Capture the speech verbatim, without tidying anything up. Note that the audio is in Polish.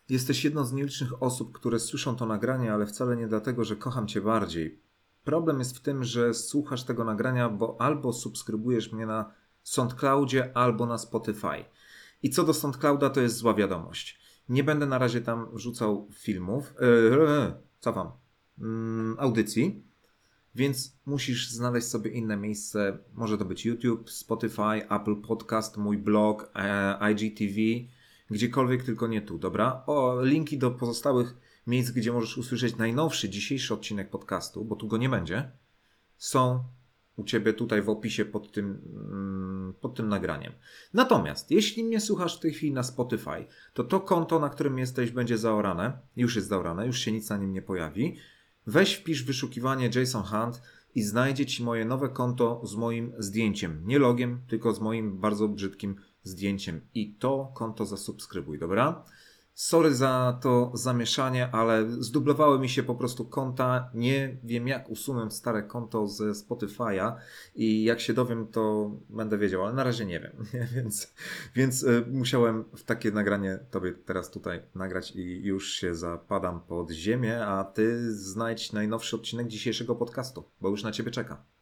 Jesteś jedną z nielicznych osób, które słyszą to nagranie, ale wcale nie dlatego, że kocham cię bardziej. Problem jest w tym, że słuchasz tego nagrania, bo albo subskrybujesz mnie na SoundCloudzie, albo na Spotify. I co do SoundClouda, to jest zła wiadomość. Nie będę na razie tam wrzucał filmów, yy, cofam, yy, audycji, więc musisz znaleźć sobie inne miejsce. Może to być YouTube, Spotify, Apple Podcast, mój blog, e, I G T V, gdziekolwiek, tylko nie tu, dobra? O, linki do pozostałych miejsc, gdzie możesz usłyszeć najnowszy, dzisiejszy odcinek podcastu, bo tu go nie będzie, są u Ciebie tutaj w opisie pod tym, pod tym nagraniem. Natomiast, jeśli mnie słuchasz w tej chwili na Spotify, to to konto, na którym jesteś, będzie zaorane. Już jest zaorane, już się nic na nim nie pojawi. Weź wpisz wyszukiwanie Jason Hunt i znajdzie Ci moje nowe konto z moim zdjęciem. Nie logiem, tylko z moim bardzo brzydkim zdjęciem. I to konto zasubskrybuj, dobra? Sorry za to zamieszanie, ale zdublowały mi się po prostu konta. Nie wiem, jak usunąć stare konto ze Spotify'a i jak się dowiem, to będę wiedział, ale na razie nie wiem. więc więc y, musiałem w takie nagranie tobie teraz tutaj nagrać i już się zapadam pod ziemię, a ty znajdź najnowszy odcinek dzisiejszego podcastu, bo już na ciebie czeka.